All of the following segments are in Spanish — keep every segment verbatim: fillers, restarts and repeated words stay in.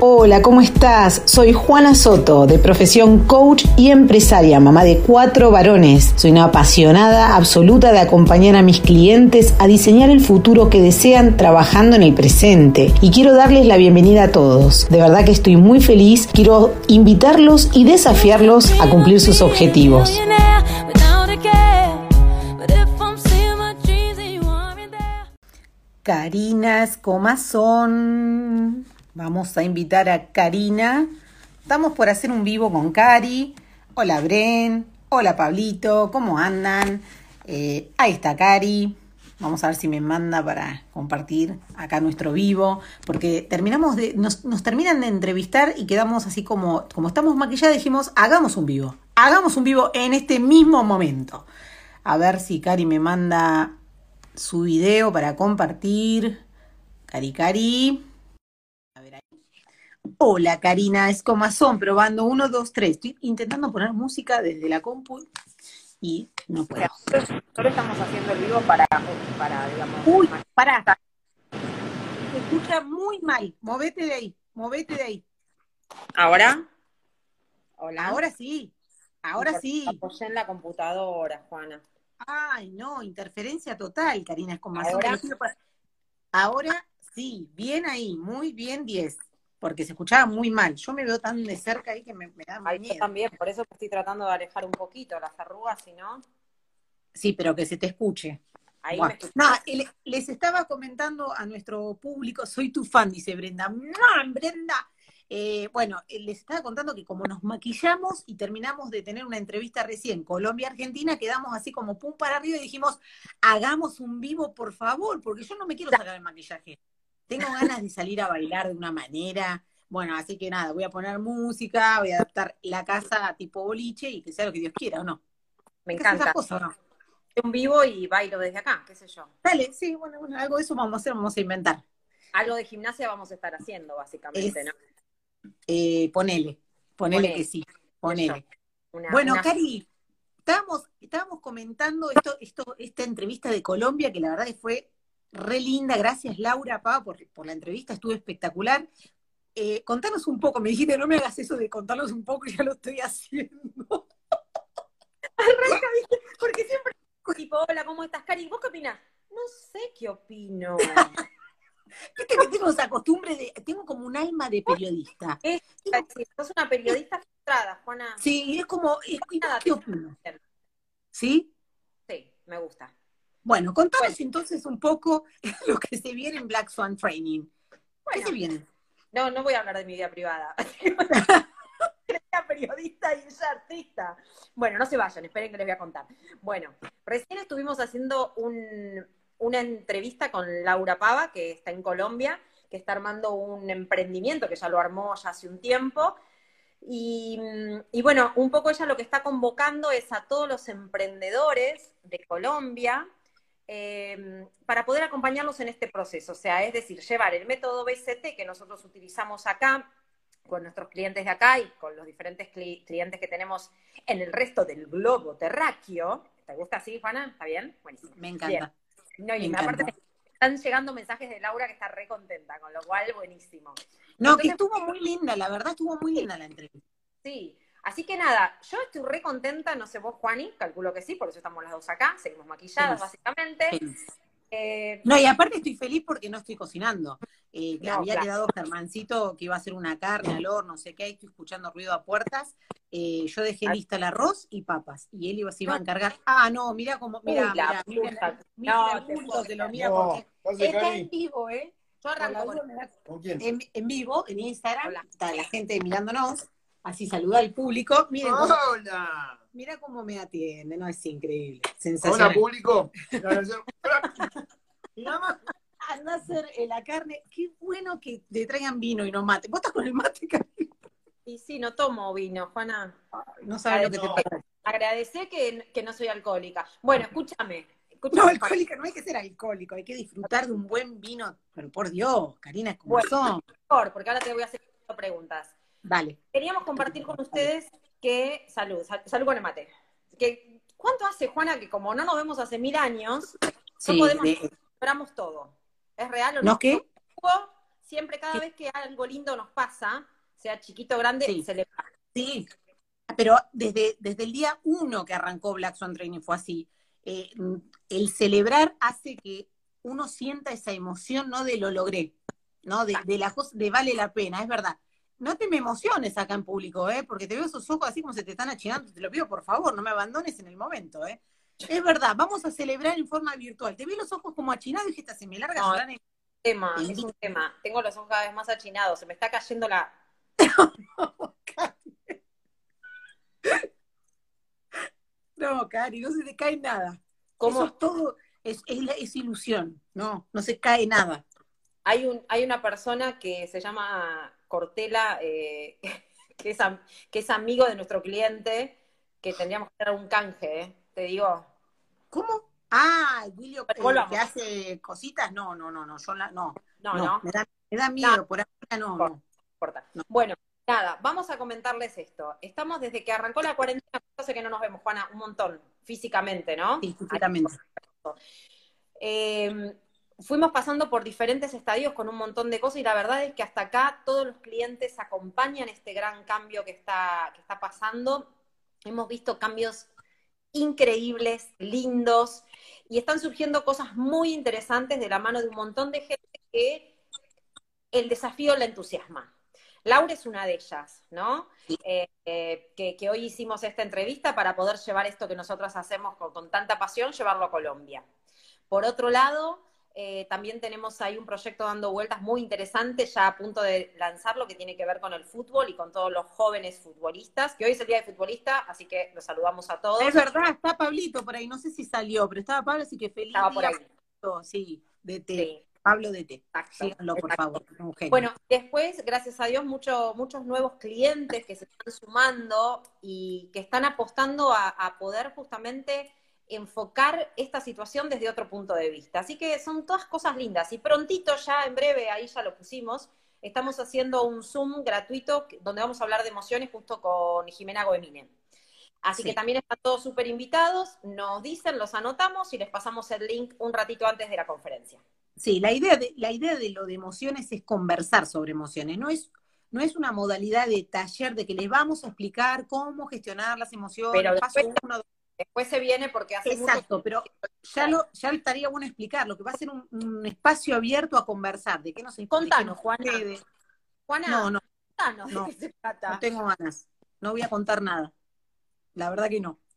Hola, ¿cómo estás? Soy Juana Soto, de profesión coach y empresaria, mamá de cuatro varones. Soy una apasionada absoluta de acompañar a mis clientes a diseñar el futuro que desean trabajando en el presente. Y quiero darles la bienvenida a todos. De verdad que estoy muy feliz. Quiero invitarlos y desafiarlos a cumplir sus objetivos. Carinas, comazón. Vamos a invitar a Karina. Estamos por hacer un vivo con Cari. Hola Bren. Hola Pablito. ¿Cómo andan? Eh, ahí está Cari. Vamos a ver si me manda para compartir acá nuestro vivo. Porque terminamos de, nos, nos terminan de entrevistar y quedamos así como, como estamos maquilladas, dijimos, hagamos un vivo. Hagamos un vivo en este mismo momento. A ver si Cari me manda su video para compartir. Cari, Cari. A ver ahí. Hola Karina, es comazón, probando uno, dos, tres. Estoy intentando poner música desde la compu y no puedo. Solo estamos haciendo el vivo para, para digamos... Uy, pará. Se escucha muy mal. Movete de ahí, movete de ahí. ¿Ahora? Hola. Ahora sí, ahora sí. Apoyé en la computadora, Juana. Ay, no, interferencia total, Karina, es comazón. ¿Ahora? Ahora sí, bien ahí, muy bien, diez. Porque se escuchaba muy mal. Yo me veo tan de cerca ahí que me, me da Ahí miedo. yo también, por eso estoy tratando de alejar un poquito las arrugas, si no... Sí, pero que se te escuche. Ahí Bueno, me no, les estaba comentando a nuestro público, soy tu fan, dice Brenda. ¡No, Brenda! Eh, bueno, les estaba contando que como nos maquillamos y terminamos de tener una entrevista recién Colombia-Argentina, quedamos así como pum para arriba y dijimos, hagamos un vivo, por favor, porque yo no me quiero sacar el maquillaje. Tengo ganas de salir a bailar de una manera. Bueno, así que nada, voy a poner música, voy a adaptar la casa a tipo boliche y que sea lo que Dios quiera, ¿o no? Me encanta. Cosas, ¿o no? Un vivo y bailo desde acá, qué sé yo. Dale, sí, bueno, bueno, algo de eso vamos a hacer, vamos a inventar. Algo de gimnasia vamos a estar haciendo, básicamente, es, ¿no? Eh, ponele, ponele, ponele que sí, ponele. Una, bueno, una... Cari, estábamos, estábamos comentando esto, esto, esta entrevista de Colombia, que la verdad que fue re linda. Gracias, Laura, pa, por, por la entrevista, estuvo espectacular. Eh, contanos un poco, me dijiste, no me hagas eso de contarnos un poco, ya lo estoy haciendo. Arranca, ¿viste? Porque siempre tipo, hola, ¿cómo estás, Cari? ¿Vos qué opinás? No sé qué opino. Viste que tengo esa costumbre de, tengo como un alma de periodista. Es, tengo, sos una periodista frustrada, Juana. Sí, es como, es, nada, ¿qué opino? ¿Sí? Sí, me gusta. Bueno, contanos bueno. entonces un poco lo que se viene en Black Swan Training. Bueno, ¿qué se viene? No, no voy a hablar de mi vida privada. Era periodista y ella artista. Bueno, no se vayan, esperen que les voy a contar. Bueno, recién estuvimos haciendo un, una entrevista con Laura Pava, que está en Colombia, que está armando un emprendimiento, que ya lo armó ya hace un tiempo. Y, y bueno, un poco ella lo que está convocando es a todos los emprendedores de Colombia eh, para poder acompañarlos en este proceso. O sea, es decir, llevar el método B C T que nosotros utilizamos acá, con nuestros clientes de acá y con los diferentes cli clientes que tenemos en el resto del globo terráqueo. ¿Te gusta así, Juana? ¿Está bien? Buenísimo. Me encanta. Bien. No, y me aparte encanta. están llegando mensajes de Laura que está re contenta, con lo cual, buenísimo. No, Entonces, que estuvo muy linda, la verdad estuvo muy linda la entrevista. Sí, así que nada, yo estoy re contenta, no sé vos, Juani, calculo que sí, por eso estamos las dos acá, seguimos maquilladas, feliz, básicamente. Feliz. Eh, no, y aparte estoy feliz porque no estoy cocinando. Eh, que no, había claro. quedado Germancito que iba a hacer una carne al horno, no sé qué, estoy escuchando ruido a puertas. Eh, yo dejé lista el arroz y papas, y él iba, se iba a encargar. Ah, no, mira cómo, mira, mira, mira, mira, mira no, el público se lo mira no, porque está Cari. en vivo, ¿eh? Yo arranco con... ¿Con quién? En, en vivo, en Instagram, Hola. Está la gente mirándonos, así saluda al público. Miren cómo, ¡Hola! Mira cómo me atiende, no, es increíble, sensacional. Hola, público. Y nada más, anda a hacer eh, la carne, qué bueno que te traigan vino y no mate. ¿Vos estás con el mate, Cari? Y sí, no tomo vino, Juana. Ay, no sabes lo que no. te pasa. Agradecé que, que no soy alcohólica. Bueno, escúchame. escúchame no, alcohólica, no hay que ser alcohólico, hay que disfrutar de un buen vino. Pero por Dios, Karina, es como bueno, son. Mejor, porque ahora te voy a hacer preguntas. Dale. Queríamos compartir con ustedes que, salud, sal, salud con el mate. Que, ¿cuánto hace, Juana, que como no nos vemos hace mil años, sí, no podemos, de... compramos todo? ¿Es real o no? ¿No qué? siempre, cada Que- vez que algo lindo nos pasa, sea chiquito o grande, Sí, celebramos. sí. Pero desde, desde el día uno que arrancó Black Swan Training fue así. Eh, el celebrar hace que uno sienta esa emoción, ¿no? De lo logré, ¿no? De, de la cosa, de vale la pena, es verdad. No te me emociones acá en público, ¿eh? Porque te veo esos ojos así como se te están achinando. Te lo pido, por favor, no me abandones en el momento, ¿eh? Es verdad, vamos a celebrar en forma virtual. Te vi los ojos como achinados y dije, esta se me larga a No, es llorar en, un tema, en es vivo. un tema. Tengo los ojos cada vez más achinados, se me está cayendo la... No, Cari, no se te cae nada. Eso ¿Cómo? es todo, es, es, la- es ilusión, no, no se cae nada. Hay, un, hay una persona que se llama Cortela, eh, que, es, am- que es amigo de nuestro cliente, que tendríamos que hacer un canje, ¿eh? Te digo. ¿Cómo? Ah, el William Bueno, eh, que volvamos. hace cositas, no, no, no, no, yo la, no, No, no, no, me da, me da nada, miedo, por ahora no, no no, importa. no, Bueno, nada, vamos a comentarles esto. Estamos desde que arrancó la cuarentena, yo sé que no nos vemos, Juana, un montón, físicamente, ¿no? sí, físicamente. Eh, fuimos pasando por diferentes estadios con un montón de cosas y la verdad es que hasta acá todos los clientes acompañan este gran cambio que está, que está pasando. Hemos visto cambios increíbles, lindos, y están surgiendo cosas muy interesantes de la mano de un montón de gente que el desafío la entusiasma. Laura es una de ellas, ¿no? Eh, eh, que, que, hoy hicimos esta entrevista para poder llevar esto que nosotros hacemos con, con tanta pasión, llevarlo a Colombia. Por otro lado, eh, también tenemos ahí un proyecto dando vueltas muy interesante, ya a punto de lanzarlo, que tiene que ver con el fútbol y con todos los jóvenes futbolistas, que hoy es el Día de Futbolista, así que los saludamos a Es todos. verdad, está Pablito por ahí, no sé si salió, pero estaba Pablo, así que feliz Estaba por día, ahí. Pablo, sí, de T, Sí, Pablo de T, exacto, síganlo por exacto. favor, es un genio. Bueno, después, gracias a Dios, mucho, muchos nuevos clientes que se están sumando y que están apostando a, a poder justamente enfocar esta situación desde otro punto de vista. Así que son todas cosas lindas. Y prontito, ya en breve, ahí ya lo pusimos, estamos haciendo un Zoom gratuito donde vamos a hablar de emociones justo con Jimena Goemine. Así que Sí. también están todos súper invitados, nos dicen, los anotamos y les pasamos el link un ratito antes de la conferencia. Sí, la idea de, la idea de lo de emociones es conversar sobre emociones, no es, no es una modalidad de taller de que les vamos a explicar cómo gestionar las Pero emociones, paso después, uno, dos. después se viene porque hace mucho Exacto, pero ya lo, ya estaría bueno explicar, lo que va a ser un, un espacio abierto a conversar, de qué nos, de qué Contanos, nos Juana. sucede. No, Juana, no, contanos de no, qué se no trata. tengo ganas, no voy a contar nada, la verdad que no.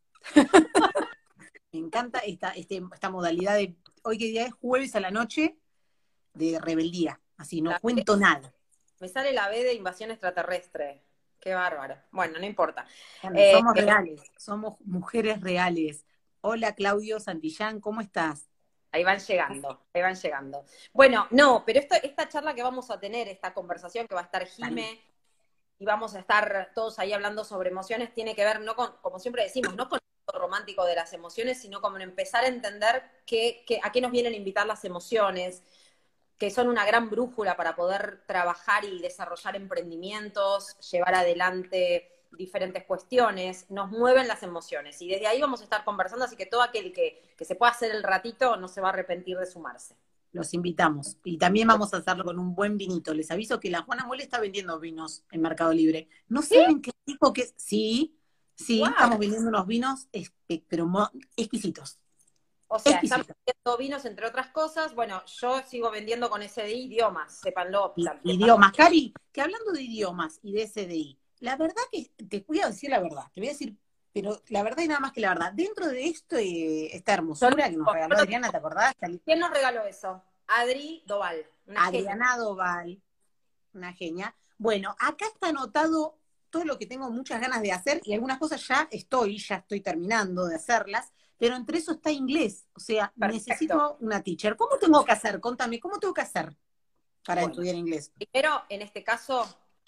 Me encanta esta, este, esta modalidad de, hoy que día es jueves a la noche, de rebeldía, así, no La B, cuento nada. me sale la B de invasión extraterrestre. Qué bárbaro. Bueno, no importa. Bueno, Eh, somos reales, somos mujeres reales. Hola Claudio Santillán, ¿cómo estás? ahí van llegando, ahí van llegando. Bueno, no, pero esto, esta charla que vamos a tener, esta conversación que va a estar Dale. Jime, y vamos a estar todos ahí hablando sobre emociones, tiene que ver, no con, como siempre decimos, no con lo romántico de las emociones, sino como en empezar a entender que, que, a qué nos vienen a invitar las emociones, que son una gran brújula para poder trabajar y desarrollar emprendimientos, llevar adelante diferentes cuestiones, nos mueven las emociones. Y desde ahí vamos a estar conversando, así que todo aquel que, que se pueda hacer el ratito no se va a arrepentir de sumarse. Los invitamos. Y también vamos a hacerlo con un buen vinito. Les aviso que la Juana Mole está vendiendo vinos en Mercado Libre. ¿No ¿Sí? saben qué rico que es? Sí, sí, ¡Wow! estamos vendiendo unos vinos espe- pero mo- exquisitos. O sea, estamos Exquisitos. vendiendo vinos, entre otras cosas. Bueno, yo sigo vendiendo con S D I idiomas, sépanlo. I- De paso. idiomas. Cari, que hablando de idiomas y de S D I, la verdad que te voy a decir la verdad, te voy a decir, pero la verdad y nada más que la verdad. Dentro de esto, eh, esta Yo lo hermosura que nos tengo, yo regaló lo Adriana, tengo. ¿te acordás? ¿Quién nos regaló eso? Adri Doval, una genia. Adriana Doval, una genia. Bueno, acá está anotado todo lo que tengo muchas ganas de hacer y algunas cosas ya estoy, ya estoy terminando de hacerlas, pero entre eso está inglés. O sea, Perfecto. necesito una teacher. ¿Cómo tengo que hacer? Contame, ¿cómo tengo que hacer para Bueno, estudiar inglés? primero, en este caso,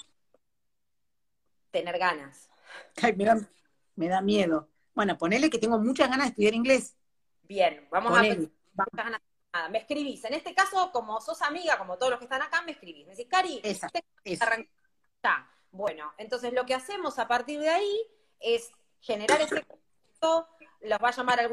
tener ganas. Ay, me da, me da miedo. Bueno, ponele que tengo muchas ganas de estudiar inglés. Bien, vamos a pensar Ponele. muchas ganas. Nada, me escribís. En este caso, como sos amiga, como todos los que están acá, me escribís. Me decís, Cari, Esa, tengo que eso. arrancar. Ya. Bueno, entonces lo que hacemos a partir de ahí es generar ese contacto, los va a llamar alguna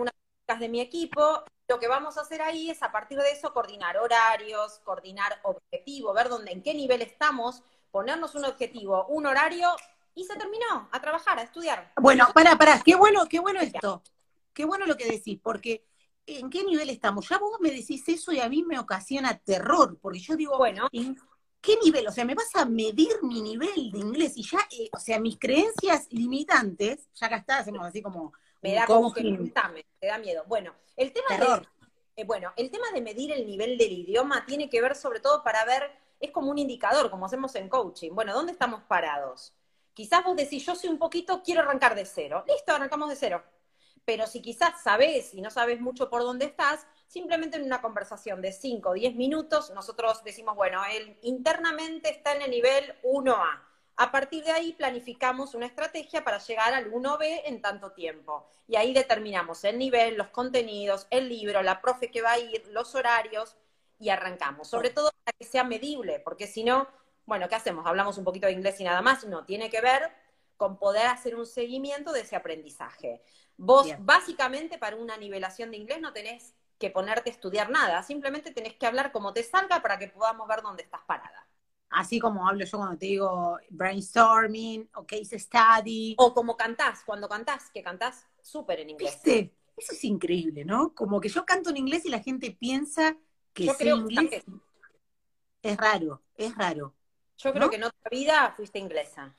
chicas de mi equipo. Lo que vamos a hacer ahí es, a partir de eso, coordinar horarios, coordinar objetivos, ver dónde, en qué nivel estamos, ponernos un objetivo, un horario, y se terminó, a trabajar, a estudiar. Bueno, pará, pará, qué bueno, qué bueno esto. Qué bueno lo que decís, porque ¿en qué nivel estamos? Ya vos me decís eso y a mí me ocasiona terror, porque yo digo, Bueno, ¿en qué nivel? O sea, me vas a medir mi nivel de inglés y ya, eh, o sea, mis creencias limitantes, ya acá está, hacemos así como me un da como que coaching. me da miedo. Bueno, el tema Terror. de, eh, bueno, el tema de medir el nivel del idioma tiene que ver sobre todo para ver, es como un indicador, como hacemos en coaching. Bueno, ¿dónde estamos parados? Quizás vos decís, yo soy un poquito, quiero arrancar de cero. Listo, arrancamos de cero. Pero si quizás sabés y no sabes mucho por dónde estás, simplemente en una conversación de cinco o diez minutos, nosotros decimos, bueno, él internamente está en el nivel uno A. A partir de ahí planificamos una estrategia para llegar al uno B en tanto tiempo. Y ahí determinamos el nivel, los contenidos, el libro, la profe que va a ir, los horarios, y arrancamos. Sobre todo para que sea medible, porque si no, bueno, ¿qué hacemos? Hablamos un poquito de inglés y nada más. No, tiene que ver con poder hacer un seguimiento de ese aprendizaje. Vos, Bien. básicamente, para una nivelación de inglés no tenés que ponerte a estudiar nada, simplemente tenés que hablar como te salga para que podamos ver dónde estás parada. Así como hablo yo cuando te digo brainstorming o case study. O como cantás, cuando cantás, que cantás súper en inglés. ¿Viste? Eso es increíble, ¿no? Como que yo canto en inglés y la gente piensa que yo sé creo inglés. Que es raro, es raro. Yo creo ¿no? que en otra vida fuiste inglesa.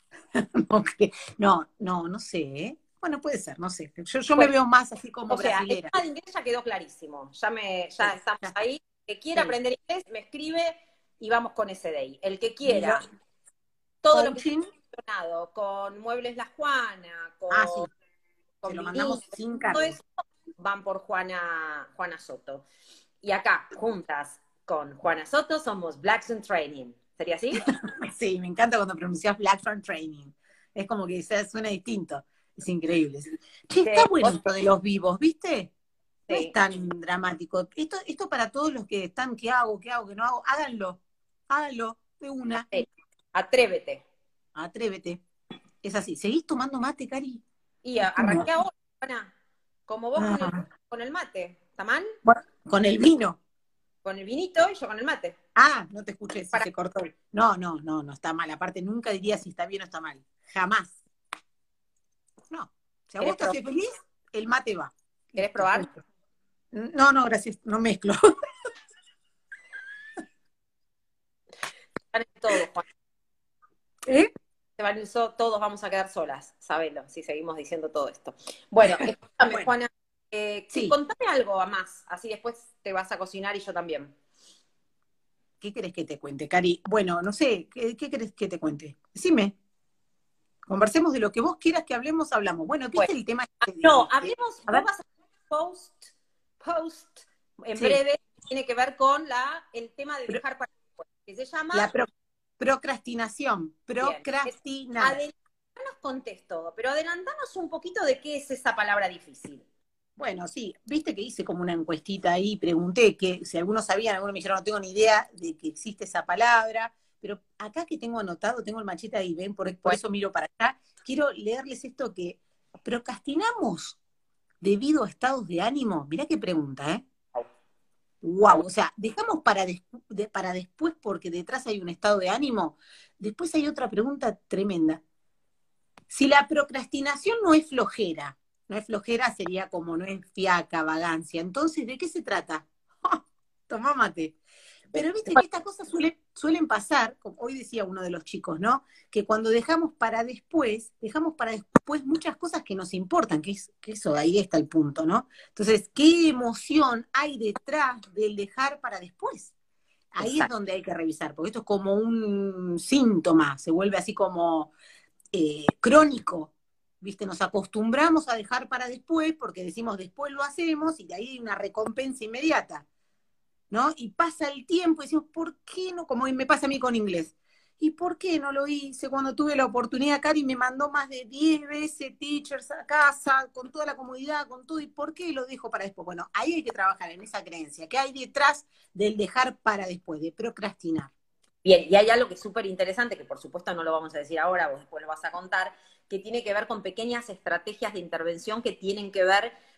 no, no, no sé, ¿eh? Bueno, puede ser, no sé. Yo, yo bueno, me veo más así como o sea, brasilera. El tema de inglés ya quedó clarísimo. Ya, me, ya sí, estamos ya. ahí. El que quiera sí. aprender inglés, me escribe y vamos con ese day. El que quiera. Lo, todo coaching. Lo que está relacionado con Muebles La Juana, con, ah, sí. con Se lo mandamos sin cargo. Todo eso van por Juana, Juana Soto. Y acá, juntas con Juana Soto, somos Blacks in Training. ¿Sería así? Sí, me encanta cuando pronuncias Blacks in Training. Es como que suena distinto. Es increíble. Che, está sí. bueno esto de los vivos, ¿viste? No sí. es tan dramático. Esto, esto para todos los que están, ¿qué hago? ¿Qué hago? ¿Qué no hago? Háganlo. Háganlo de una. Sí. Atrévete. Atrévete. Es así. ¿Seguís tomando mate, Cari? Y arranqué ahora, Ana. Como vos ah. con, el, con el mate. ¿Está mal? Bueno, con el vino. Con el vinito y yo con el mate. Ah, no te escuché, si Para... se cortó. No, no, no, no está mal. Aparte, nunca diría si está bien o está mal. Jamás. No. Si a vos te hace feliz, el mate va. ¿Querés probar? No, no, gracias. No mezclo. Van en todo, Juan. ¿Eh? Se van en so, todos vamos a quedar solas, sabelo, si seguimos diciendo todo esto. Bueno, escúchame, bueno. Juana. Eh, sí. Contame algo a más, así después te vas a cocinar y yo también. ¿Qué querés que te cuente, Cari? Bueno, no sé, ¿qué, qué querés que te cuente? Decime. Conversemos de lo que vos quieras que hablemos, hablamos. Bueno, ¿viste bueno, el tema? De, no, hablemos, a vos vas a hacer post, post, en sí. breve, tiene que ver con la, el tema de dejar para después, que se llama... La pro, procrastinación, procrastinar. Adelantanos contés todo, pero adelantanos un poquito de qué es esa palabra difícil. Bueno, sí, viste que hice como una encuestita ahí, pregunté que si algunos sabían, algunos me dijeron, no tengo ni idea de que existe esa palabra, pero acá que tengo anotado, tengo el machete ahí, ven, por, por eso miro para acá, quiero leerles esto que procrastinamos debido a estados de ánimo. Mirá qué pregunta, ¿eh? Wow, o sea, dejamos para, des, de, para después porque detrás hay un estado de ánimo. Después hay otra pregunta tremenda. Si la procrastinación no es flojera, no es flojera, sería como no es fiaca, vagancia. Entonces, ¿de qué se trata? ¡Oh! Tomá mate. Pero viste que estas cosas suelen, suelen pasar, como hoy decía uno de los chicos, ¿no? Que cuando dejamos para después, dejamos para después muchas cosas que nos importan, que, es, que eso, ahí está el punto, ¿no? Entonces, ¿qué emoción hay detrás del dejar para después? Ahí Exacto. es donde hay que revisar, porque esto es como un síntoma, se vuelve así como eh, crónico. ¿Viste? Nos acostumbramos a dejar para después porque decimos después lo hacemos y de ahí hay una recompensa inmediata, ¿no? Y pasa el tiempo y decimos, ¿por qué no? Como me pasa a mí con inglés. ¿Y por qué no lo hice cuando tuve la oportunidad? Cari me mandó más de diez veces teachers a casa, con toda la comodidad, con todo. ¿Y por qué lo dejo para después? Bueno, ahí hay que trabajar en esa creencia. ¿Qué hay detrás del dejar para después, de procrastinar? Bien, y hay algo que es súper interesante, que por supuesto no lo vamos a decir ahora, vos después lo vas a contar, que tiene que ver con pequeñas estrategias de intervención que tienen que ver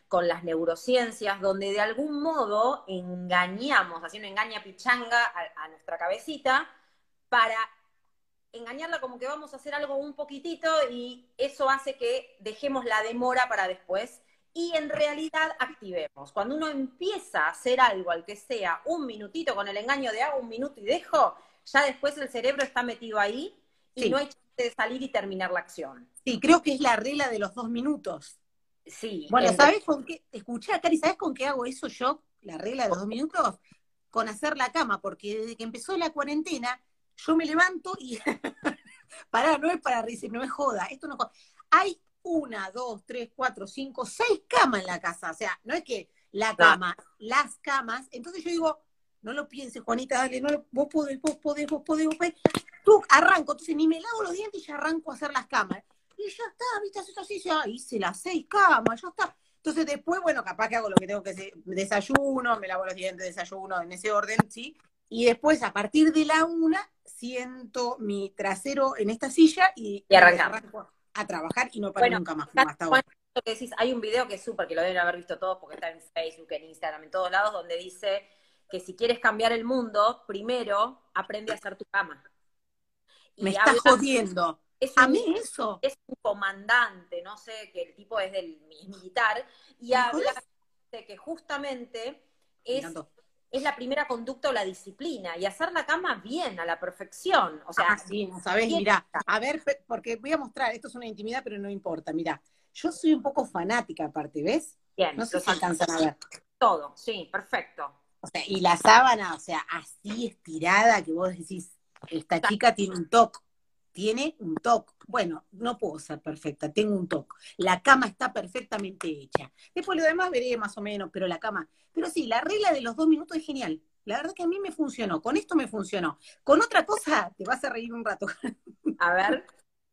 con las neurociencias, donde de algún modo engañamos, haciendo engaña pichanga a, a nuestra cabecita, para engañarla como que vamos a hacer algo un poquitito y eso hace que dejemos la demora para después y en realidad activemos. Cuando uno empieza a hacer algo, al que sea un minutito, con el engaño de hago un minuto y dejo, ya después el cerebro está metido ahí y Sí. no hay chance de salir y terminar la acción. Sí, creo que es la regla de los dos minutos. Sí. Bueno, en- ¿sabes con qué? Escuchá, Cari, ¿sabes con qué hago eso yo? La regla de los dos minutos. Con hacer la cama, porque desde que empezó la cuarentena, yo me levanto y. Pará, no es para reírse, no es joda. Esto no es joda. Hay una, dos, tres, cuatro, cinco, seis camas en la casa. O sea, no es que la cama, las camas. Entonces yo digo, no lo pienses, Juanita, dale, no lo- vos podés, vos podés, vos podés, vos podés. Tú arranco, entonces ni me lavo los dientes y ya arranco a hacer las camas. Y ya está, viste, haces así, ya hice las seis camas, ya está. Entonces después, bueno, capaz que hago lo que tengo que hacer, desayuno, me lavo los dientes, desayuno, en ese orden, ¿sí? Y después, a partir de la una, siento mi trasero en esta silla y, Y y arrancamos. arranco a trabajar y no paro Bueno, nunca más, como hasta Juan, ahora. lo que decís, hay un video que es súper, que lo deben haber visto todos porque está en Facebook, en Instagram, en todos lados, donde dice que si quieres cambiar el mundo, primero aprende a hacer tu cama. Me Y está habla, jodiendo. es A un, mí eso, es un comandante, no sé, que el tipo es del es militar, y ¿me habla jodés? de que justamente Me es, encantó. es la primera conducta o la disciplina, y hacer la cama bien, a la perfección. O sea, Ah, sí, no sabés, bien mirá. A ver, pe- porque voy a mostrar, esto es una intimidad, pero no importa, mirá. Yo soy un poco fanática aparte, ¿ves? bien, No sé si entonces alcanzan a ver. todo, sí, perfecto. O sea, y la sábana, o sea, así estirada que vos decís, esta chica tiene un toque, tiene un toque. Bueno, no puedo ser perfecta, tengo un toque. La cama está perfectamente hecha. Después lo demás veré más o menos, pero la cama. Pero sí, la regla de los dos minutos es genial. La verdad que a mí me funcionó, con esto me funcionó. Con otra cosa te vas a reír un rato. A ver,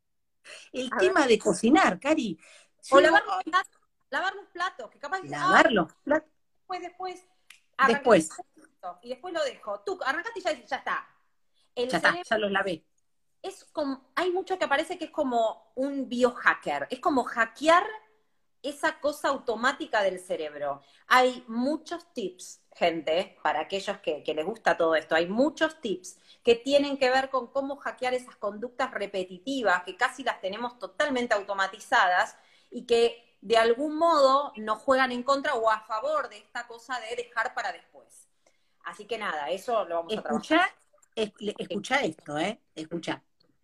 El a ver. tema de cocinar, Cari. Yo O digo, lavar los ay, platos, lavar los platos, que capaz dices, ah, lavar los platos. después, después, arranca, Después, y después lo dejo. Tú arrancaste y ya, ya está. El ya está, cerebro ya los lavé. es como, hay mucho que parece que es como un biohacker, es como hackear esa cosa automática del cerebro. Hay muchos tips, gente, para aquellos que, que les gusta todo esto, hay muchos tips que tienen que ver con cómo hackear esas conductas repetitivas que casi las tenemos totalmente automatizadas y que de algún modo nos juegan en contra o a favor de esta cosa de dejar para después. Así que nada, eso lo vamos a trabajar. Escuchá, es- le- escuchá esto, ¿eh? Escuchá.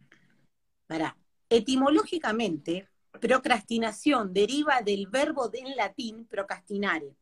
Pará. Etimológicamente, procrastinación deriva del verbo de- en latín procrastinare.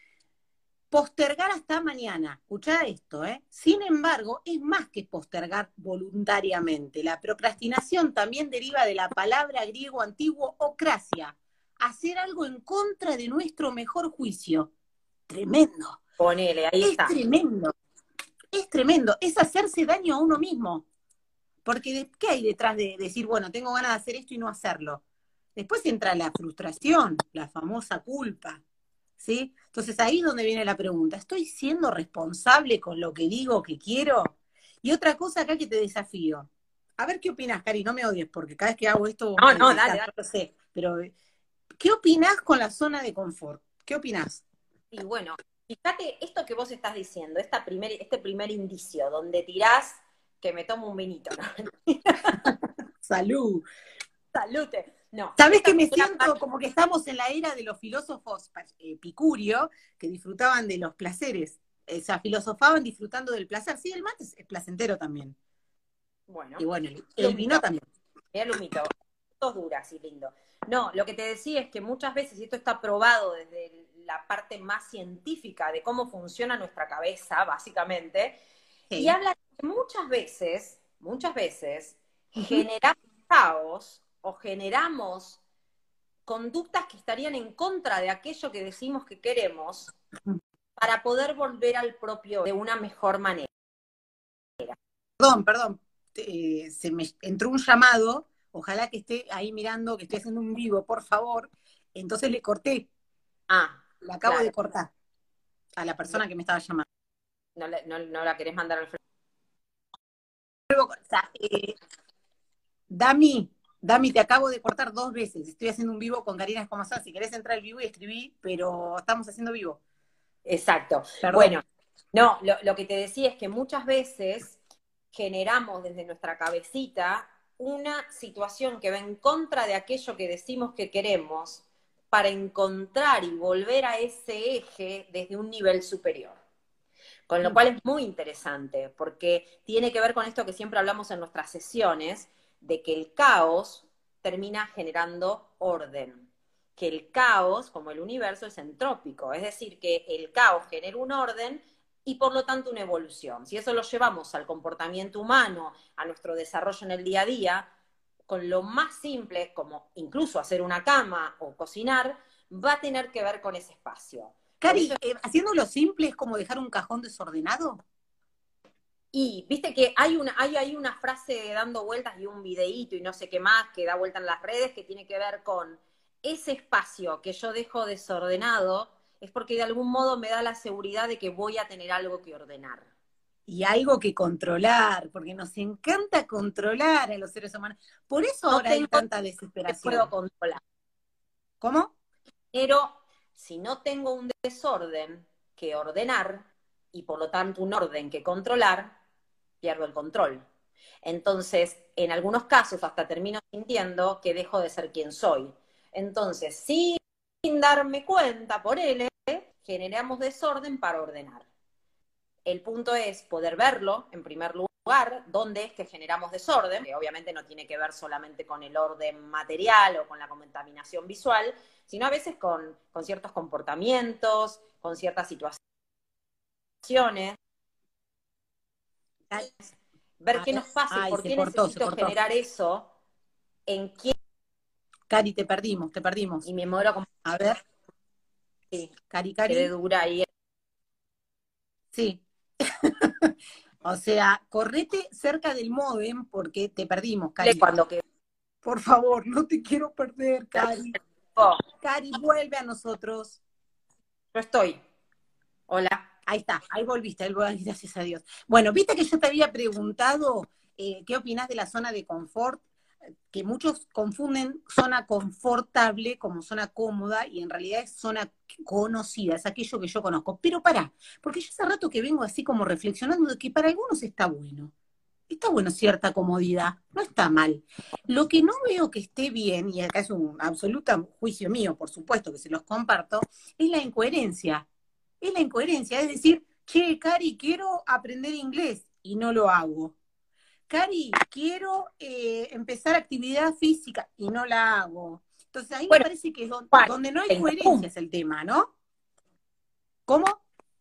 Postergar hasta mañana. Escuchá esto, ¿eh? Sin embargo, es más que postergar voluntariamente. La procrastinación también deriva de la palabra griego antiguo ocracia, hacer algo en contra de nuestro mejor juicio. Tremendo. Ponele, ahí Es está. tremendo. Es tremendo. Es hacerse daño a uno mismo. Porque de, ¿qué hay detrás de decir, bueno, tengo ganas de hacer esto y no hacerlo? Después entra la frustración, la famosa culpa, ¿sí? Entonces ahí es donde viene la pregunta, ¿estoy siendo responsable con lo que digo que quiero? Y otra cosa acá que te desafío. A ver qué opinas, Cari, no me odies, porque cada vez que hago esto vos No, me no, decís, dale, "Ah, dale. no lo sé", pero ¿qué opinás con la zona de confort? ¿Qué opinás? Y bueno, fíjate esto que vos estás diciendo, esta primer, este primer indicio, donde tirás que me tomo un vinito, ¿no? Salud. Salute. No, ¿Sabés esta que me primera siento parte, como que estamos en la era de los filósofos eh, epicurio que disfrutaban de los placeres? O sea, filosofaban disfrutando del placer. Sí, el mate es, es placentero también. Y bueno, bueno, el, lo el mito, vino también. mirá lo mito, esto es dura, así lindo. No, lo que te decía es que muchas veces, y esto está probado desde la parte más científica de cómo funciona nuestra cabeza, básicamente, y Sí. habla de que muchas veces, muchas veces, Ujú. generamos caos o generamos conductas que estarían en contra de aquello que decimos que queremos para poder volver al propio de una mejor manera. Perdón, perdón. Eh, se me entró un llamado. Ojalá que esté ahí mirando, que esté haciendo un vivo, por favor. Entonces le corté, Ah, le acabo de claro. cortar a la Bien, persona que me estaba llamando. no, no, no la querés mandar al frente. O sea, eh, Dami, Dami, te acabo de cortar dos veces. Estoy haciendo un vivo con Karina Escomazán. Si querés entrar al vivo y escribí, pero estamos haciendo vivo. Exacto. Perdón. Bueno, no, lo, lo que te decía es que muchas veces generamos desde nuestra cabecita una situación que va en contra de aquello que decimos que queremos para encontrar y volver a ese eje desde un nivel superior. Con lo cual es muy interesante, porque tiene que ver con esto que siempre hablamos en nuestras sesiones, de que el caos termina generando orden. Que el caos, como el universo, es entrópico, es decir, que el caos genera un orden y por lo tanto una evolución. Si eso lo llevamos al comportamiento humano, a nuestro desarrollo en el día a día, con lo más simple, como incluso hacer una cama o cocinar, va a tener que ver con ese espacio. Cari, eh, haciéndolo simple es como dejar un cajón desordenado. Y viste que hay una, hay, hay una frase dando vueltas y un videíto y no sé qué más que da vuelta en las redes que tiene que ver con ese espacio que yo dejo desordenado, es porque de algún modo me da la seguridad de que voy a tener algo que ordenar. Y algo que controlar, porque nos encanta controlar a los seres humanos. Por eso No ahora hay tengo tanta que desesperación. puedo controlar. ¿Cómo? Pero si no tengo un desorden que ordenar, y por lo tanto un orden que controlar, pierdo el control. Entonces, en algunos casos hasta termino sintiendo que dejo de ser quien soy. Entonces, sin darme cuenta, por él, generamos desorden para ordenar. El punto es poder verlo, en primer lugar, dónde es que generamos desorden, que obviamente no tiene que ver solamente con el orden material o con la contaminación visual, sino a veces con, con ciertos comportamientos, con ciertas situaciones. Ver qué nos pasa Ay, y por se qué cortó, se necesito cortó. generar eso, en quién. Cari, te perdimos, te perdimos. Y me muero como. A ver. Sí, Cari, Cari. quedé dura ahí. Sí. O sea, correte cerca del módem porque te perdimos, Cari. Cuando que. Por favor, no te quiero perder, Cari. Cari, vuelve a nosotros. Yo estoy. Hola. Ahí está, ahí volviste, ahí volviste, gracias a Dios. Bueno, viste que yo te había preguntado eh, qué opinás de la zona de confort, que muchos confunden zona confortable como zona cómoda y en realidad es zona conocida, es aquello que yo conozco. Pero pará, porque yo hace rato que vengo así como reflexionando de que para algunos está bueno. Está bueno cierta comodidad, no está mal. Lo que no veo que esté bien, y acá es un absoluto juicio mío, por supuesto que se los comparto, es la incoherencia. Es la incoherencia, es decir, che, Cari, quiero aprender inglés y no lo hago. Cari, quiero eh, empezar actividad física y no la hago. Entonces ahí bueno, me parece que es donde, bueno, donde no hay coherencia es el tema, ¿no? ¿Cómo?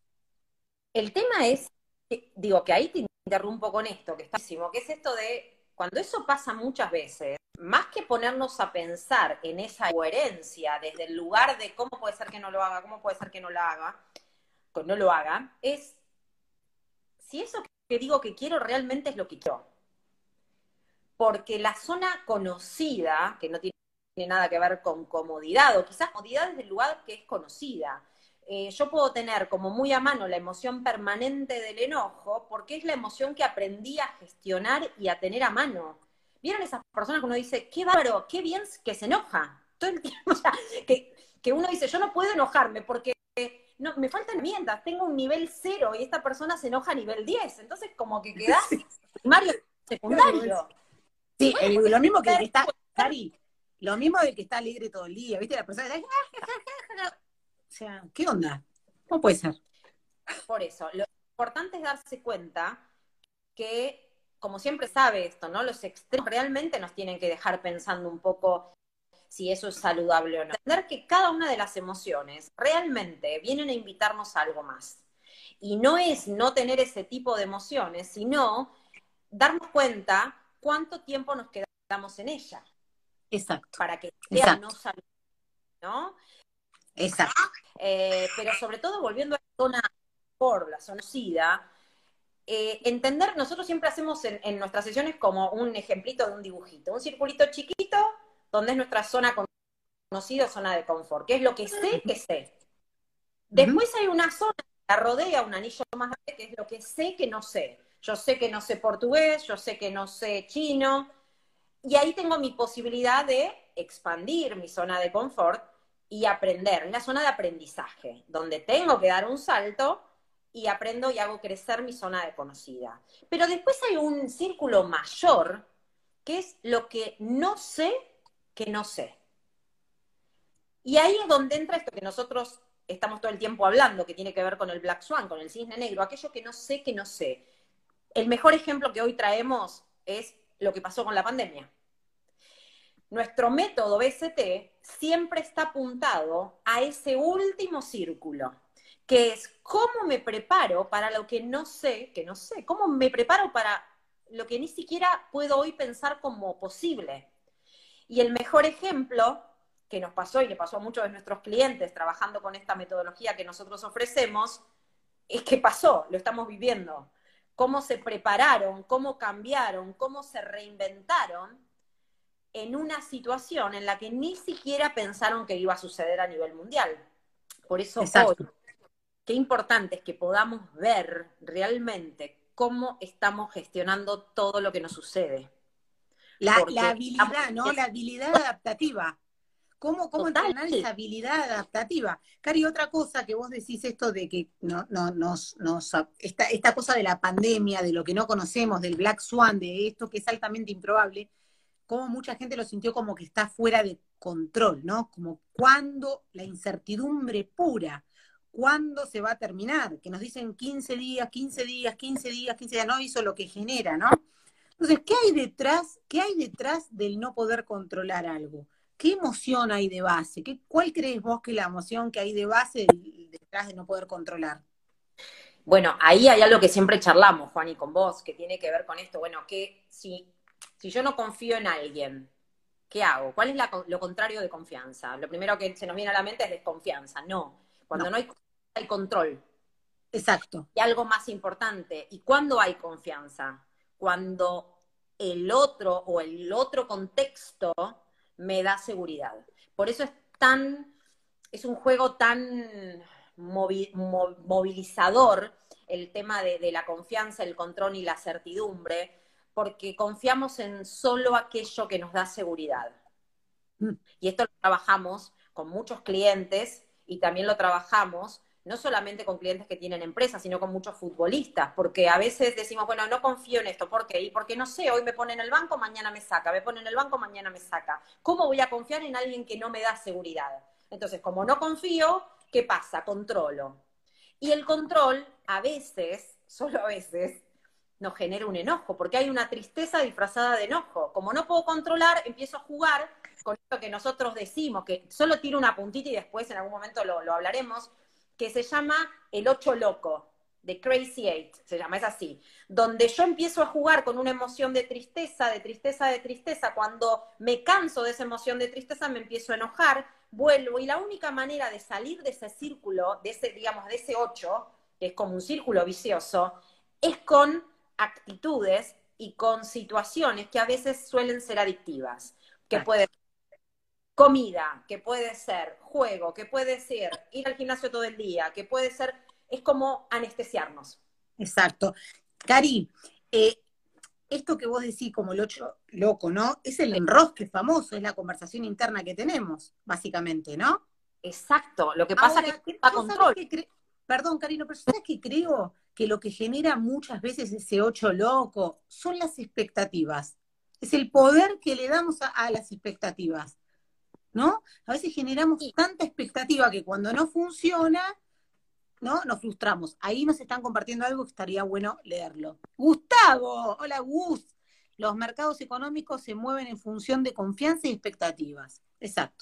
El tema es, que, digo, que ahí te interrumpo con esto, que está buenísimo, que es esto de, cuando eso pasa muchas veces, más que ponernos a pensar en esa coherencia desde el lugar de cómo puede ser que no lo haga, cómo puede ser que no la haga, que no lo haga, es si eso que digo que quiero realmente es lo que quiero. Porque la zona conocida, que no tiene nada que ver con comodidad, o quizás comodidad desde el lugar que es conocida, eh, yo puedo tener como muy a mano la emoción permanente del enojo, porque es la emoción que aprendí a gestionar y a tener a mano. ¿Vieron esas personas que uno dice, qué bárbaro, qué bien que se enoja? Todo el tiempo, o sea, que, que uno dice, yo no puedo enojarme porque no, me faltan herramientas, tengo un nivel cero y esta persona se enoja a nivel diez, entonces como que quedás primario, secundario. Sí, bueno, el, lo mismo que el que está, Cari, lo mismo del que está alegre todo el día, ¿viste? La persona que está, o sea, ¿qué onda? ¿Cómo puede ser? Por eso, lo importante es darse cuenta que, como siempre sabe esto, ¿no? Los extremos realmente nos tienen que dejar pensando un poco si eso es saludable o no. Entender que cada una de las emociones realmente vienen a invitarnos a algo más. Y no es no tener ese tipo de emociones, sino darnos cuenta cuánto tiempo nos quedamos en ella. Exacto. Para que sea Exacto. no saludable, ¿no? Exacto. Eh, pero sobre todo volviendo a la zona por la zona SIDA, eh, entender, nosotros siempre hacemos en, en nuestras sesiones como un ejemplito de un dibujito, un circulito chiquito donde es nuestra zona conocida, zona de confort, que es lo que sé que sé. Después hay una zona que la rodea, un anillo más grande, que es lo que sé que no sé. Yo sé que no sé portugués, yo sé que no sé chino, y ahí tengo mi posibilidad de expandir mi zona de confort y aprender. Es la zona de aprendizaje, donde tengo que dar un salto y aprendo y hago crecer mi zona de conocida. Pero después hay un círculo mayor, que es lo que no sé que no sé. Y ahí es donde entra esto que nosotros estamos todo el tiempo hablando, que tiene que ver con el Black Swan, con el cisne negro, aquello que no sé que no sé. El mejor ejemplo que hoy traemos es lo que pasó con la pandemia. Nuestro método B C T siempre está apuntado a ese último círculo, que es cómo me preparo para lo que no sé, que no sé, cómo me preparo para lo que ni siquiera puedo hoy pensar como posible. Y el mejor ejemplo que nos pasó y le pasó a muchos de nuestros clientes trabajando con esta metodología que nosotros ofrecemos, es que pasó, lo estamos viviendo. Cómo se prepararon, cómo cambiaron, cómo se reinventaron en una situación en la que ni siquiera pensaron que iba a suceder a nivel mundial. Por eso Exacto. hoy, qué importante es que podamos ver realmente cómo estamos gestionando todo lo que nos sucede. La, Porque la habilidad, estamos... ¿no? La habilidad adaptativa. ¿Cómo, cómo Total. entrenar esa habilidad adaptativa? Cari, otra cosa que vos decís esto de que no, no, nos, nos, esta, esta cosa de la pandemia, de lo que no conocemos, del Black Swan, de esto que es altamente improbable, cómo mucha gente lo sintió como que está fuera de control, ¿no? Como cuando la incertidumbre pura, cuándo se va a terminar, que nos dicen quince días, quince días, quince días, quince días, no hizo lo que genera, ¿no? Entonces, ¿qué hay detrás, qué hay detrás del no poder controlar algo? ¿Qué emoción hay de base? ¿Qué, ¿Cuál crees vos que es la emoción que hay de base del- detrás de no poder controlar? Bueno, ahí hay algo que siempre charlamos, Juan, y con vos, que tiene que ver con esto. Bueno, que si, si yo no confío en alguien, ¿qué hago? ¿Cuál es la, lo contrario de confianza? Lo primero que se nos viene a la mente es desconfianza. No. Cuando No, no hay, hay control. exacto. Y algo más importante, ¿y cuándo hay confianza? Cuando el otro o el otro contexto me da seguridad. Por eso es tan, es un juego tan movi, mo, movilizador el tema de, de la confianza, el control y la certidumbre, porque confiamos en solo aquello que nos da seguridad. Mm. Y esto lo trabajamos con muchos clientes y también lo trabajamos no solamente con clientes que tienen empresas, sino con muchos futbolistas, porque a veces decimos, bueno, no confío en esto, ¿por qué? Y porque no sé, hoy me pone en el banco, mañana me saca, me pone en el banco, mañana me saca. ¿Cómo voy a confiar en alguien que no me da seguridad? Entonces, como no confío, ¿qué pasa? Controlo. Y el control, a veces, solo a veces, nos genera un enojo, porque hay una tristeza disfrazada de enojo. Como no puedo controlar, empiezo a jugar con esto que nosotros decimos, que solo tiro una puntita y después en algún momento lo, lo hablaremos, que se llama el ocho loco, de Crazy Eight, se llama, es así, donde yo empiezo a jugar con una emoción de tristeza, de tristeza, de tristeza, cuando me canso de esa emoción de tristeza me empiezo a enojar, vuelvo, y la única manera de salir de ese círculo, de ese, digamos, de ese ocho, que es como un círculo vicioso, es con actitudes y con situaciones que a veces suelen ser adictivas, que pueden comida, que puede ser juego, que puede ser ir al gimnasio todo el día, que puede ser, es como anestesiarnos. Exacto. Cari, eh, esto que vos decís como el ocho loco, ¿no? Es el enrosque famoso, es la conversación interna que tenemos, básicamente, ¿no? Exacto, lo que pasa es Ahora, que da yo sabes control. que creo, perdón, Karino, pero ¿sabes que creo que lo que genera muchas veces ese ocho loco son las expectativas? Es el poder que le damos a, a las expectativas, ¿no? A veces generamos Y tanta expectativa que cuando no funciona, ¿no? Nos frustramos. Ahí nos están compartiendo algo que estaría bueno leerlo. Gustavo, hola Gus. Los mercados económicos se mueven en función de confianza y expectativas. Exacto.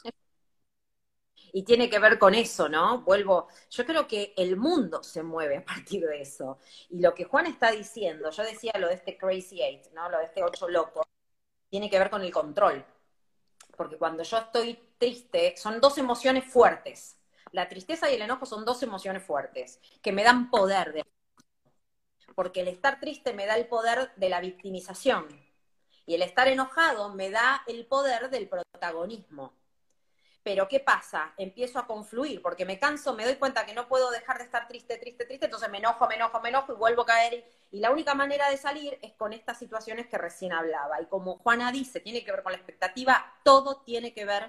Y tiene que ver con eso, ¿no? Vuelvo, yo creo que el mundo se mueve a partir de eso. Y lo que Juan está diciendo, yo decía lo de este Crazy Eight, ¿no? Lo de este ocho loco, tiene que ver con el control. Porque cuando yo estoy triste, son dos emociones fuertes. La tristeza y el enojo son dos emociones fuertes, que me dan poder. De... Porque el estar triste me da el poder de la victimización. Y el estar enojado me da el poder del protagonismo. Pero ¿qué pasa? Empiezo a confluir, porque me canso, me doy cuenta que no puedo dejar de estar triste, triste, triste, entonces me enojo, me enojo, me enojo y vuelvo a caer Y la única manera de salir es con estas situaciones que recién hablaba. Y como Juana dice, tiene que ver con la expectativa, todo tiene que ver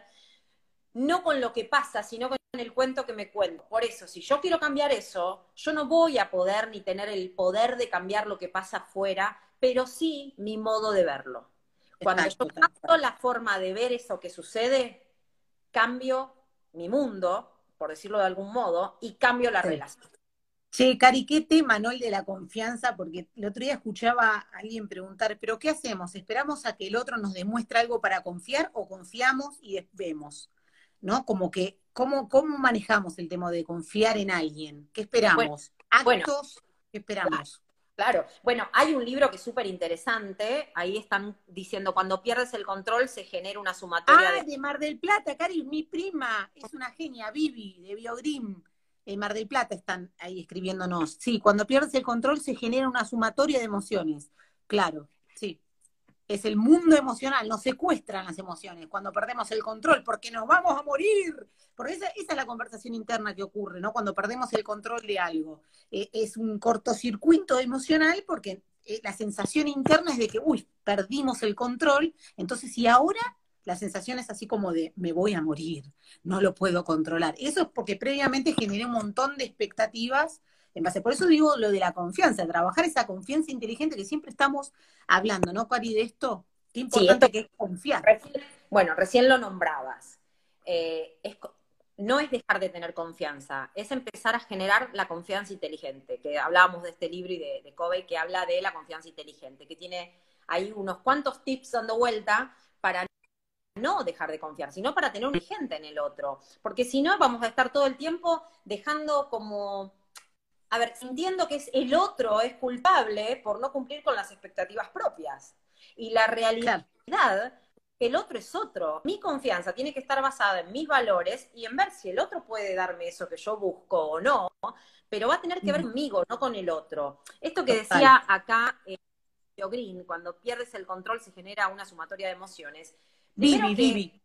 no con lo que pasa, sino con el cuento que me cuento. Por eso, si yo quiero cambiar eso, yo no voy a poder ni tener el poder de cambiar lo que pasa afuera, pero sí mi modo de verlo. Cuando Exacto, yo tal cual. cambio la forma de ver eso que sucede, cambio mi mundo, por decirlo de algún modo, y cambio la Sí. relación. Che, Cari, qué tema, ¿no? El de la confianza, porque el otro día escuchaba a alguien preguntar, ¿pero qué hacemos? ¿Esperamos a que el otro nos demuestre algo para confiar o confiamos y des- vemos? ¿No? Como que, ¿cómo, cómo manejamos el tema de confiar en alguien? ¿Qué Bueno, esperamos? bueno, ¿Actos? ¿Qué claro. esperamos? Claro, bueno, hay un libro que es súper interesante, ahí están diciendo, cuando pierdes el control se genera una sumatoria Ah, de... de Mar del Plata, Cari, mi prima, es una genia, Vivi, de Biogrim. En Mar del Plata están ahí escribiéndonos. Sí, cuando pierdes el control se genera una sumatoria de emociones. Claro, sí. Es el mundo emocional, nos secuestran las emociones cuando perdemos el control, porque nos vamos a morir. Porque esa, esa es la conversación interna que ocurre, ¿no? Cuando perdemos el control de algo. Eh, es un cortocircuito emocional porque eh, la sensación interna es de que, uy, perdimos el control, entonces, y ahora la sensación es así como de, me voy a morir, no lo puedo controlar. Eso es porque previamente generé un montón de expectativas en base. Por eso digo lo de la confianza, trabajar esa confianza inteligente que siempre estamos hablando, ¿no, Cari, de esto? Qué Sí, esto importante que es confiar. recién, bueno, recién lo nombrabas. Eh, es, no es dejar de tener confianza, es empezar a generar la confianza inteligente, que hablábamos de este libro y de, de Covey, que habla de la confianza inteligente, que tiene ahí unos cuantos tips dando vuelta para no dejar de confiar, sino para tener un inteligente en el otro. Porque si no, vamos a estar todo el tiempo dejando como, a ver, sintiendo que es el otro es culpable por no cumplir con las expectativas propias. Y la realidad, Claro. el otro es otro. Mi confianza tiene que estar basada en mis valores y en ver si el otro puede darme eso que yo busco o no, pero va a tener que ver conmigo, no con el otro. Esto que Total. decía acá eh, Green, cuando pierdes el control se genera una sumatoria de emociones. Primero Vivi, que, Vivi.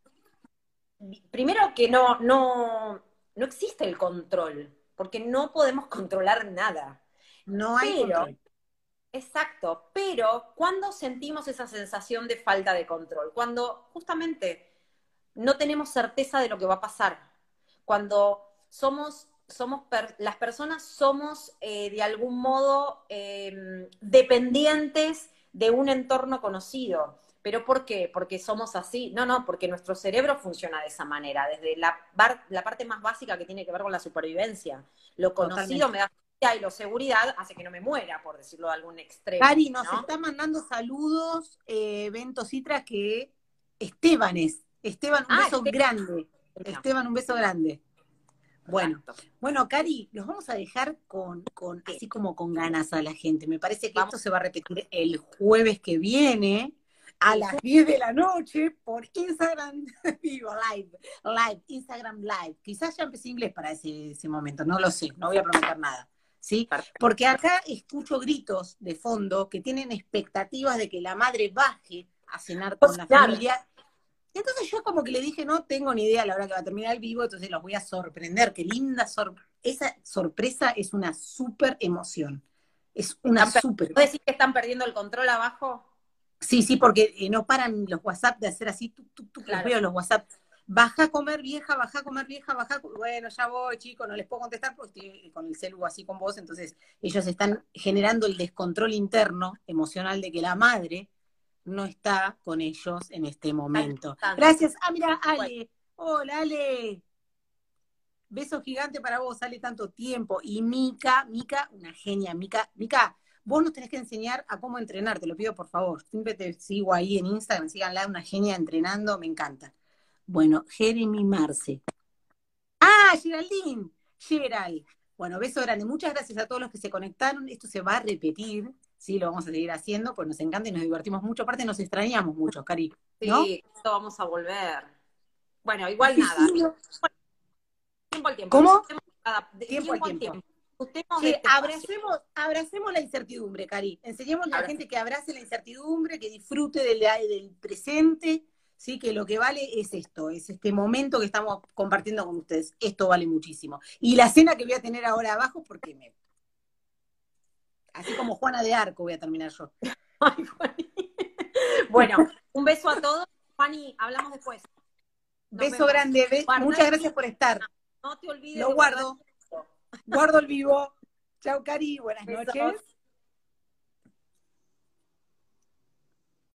primero que no, no, no existe el control, porque no podemos controlar nada. No hay Pero, control. exacto, pero cuando sentimos esa sensación de falta de control, cuando justamente no tenemos certeza de lo que va a pasar, cuando somos, somos per, las personas somos eh, de algún modo eh, dependientes de un entorno conocido. ¿Pero por qué? Porque somos así. No, no, porque nuestro cerebro funciona de esa manera, desde la, bar, la parte más básica que tiene que ver con la supervivencia. Lo conocido Totalmente. me da seguridad y lo seguridad hace que no me muera, por decirlo de algún extremo. Cari, nos ¿no? está mandando saludos, eh, Bento Citra, que Esteban es. Esteban, un Ah, beso este, grande. no, Esteban, un beso grande. Bueno, perfecto. bueno, Cari, los vamos a dejar con, con Sí. así como con ganas a la gente. Me parece que Vamos. esto se va a repetir el jueves que viene a Sí, las diez de la noche por Instagram Vivo Live, Live, Instagram Live. Quizás ya empecé inglés para ese, ese momento, no lo sé, no voy a prometer nada. ¿Sí? perfecto. Porque acá escucho gritos de fondo que tienen expectativas de que la madre baje a cenar con la Claro. familia. Entonces yo como que le dije, no tengo ni idea a la hora que va a terminar el vivo, entonces los voy a sorprender. Qué linda sorpresa. Esa sorpresa es una súper emoción. Es una súper. ¿Vos decís que están perdiendo el control abajo? Sí, sí, porque eh, no paran los WhatsApp de hacer así, tú, tú, tú, Claro. los veo los WhatsApp. Baja a comer vieja, baja a comer vieja, baja a... Bueno, ya voy, chicos, no les puedo contestar porque estoy con el celu así con vos, entonces ellos están generando el descontrol interno, emocional, de que la madre no está con ellos en este momento. Gracias. Ah, mira, Ale. Hola, Ale. Beso gigante para vos, Ale, tanto tiempo. Y Mica, Mica, una genia. Mica, Mica, vos nos tenés que enseñar a cómo entrenar, te lo pido por favor. Siempre te sigo ahí en Instagram, síganla, una genia entrenando, me encanta. Bueno, Jeremy Marce. Ah, Geraldine. Gerald. Bueno, beso grande. Muchas gracias a todos los que se conectaron. Esto se va a repetir. Sí, lo vamos a seguir haciendo, pues nos encanta y nos divertimos mucho. Aparte nos extrañamos mucho, Cari, ¿no? Sí, esto vamos a volver. Bueno, igual Sí, nada. sí, no. Tiempo al tiempo. ¿Cómo? Cada, de, Tiempo tiempo al al tiempo. tiempo. Disfrutemos Sí, de este abracemos, abracemos la incertidumbre, Cari. Enseñemos a la Ahora, gente que abrace la incertidumbre, que disfrute del, del presente, ¿sí? Que lo que vale es esto, es este momento que estamos compartiendo con ustedes. Esto vale muchísimo. Y la cena que voy a tener ahora abajo, porque me Así como Juana de Arco voy a terminar yo. Ay, Juani. Bueno, un beso a todos. Juani, hablamos después. Nos Beso vemos. grande, be- Guardá muchas el gracias por estar. No te olvides Lo de guardar guardo, el- guardo el vivo. Chau, Cari, buenas Besos. noches.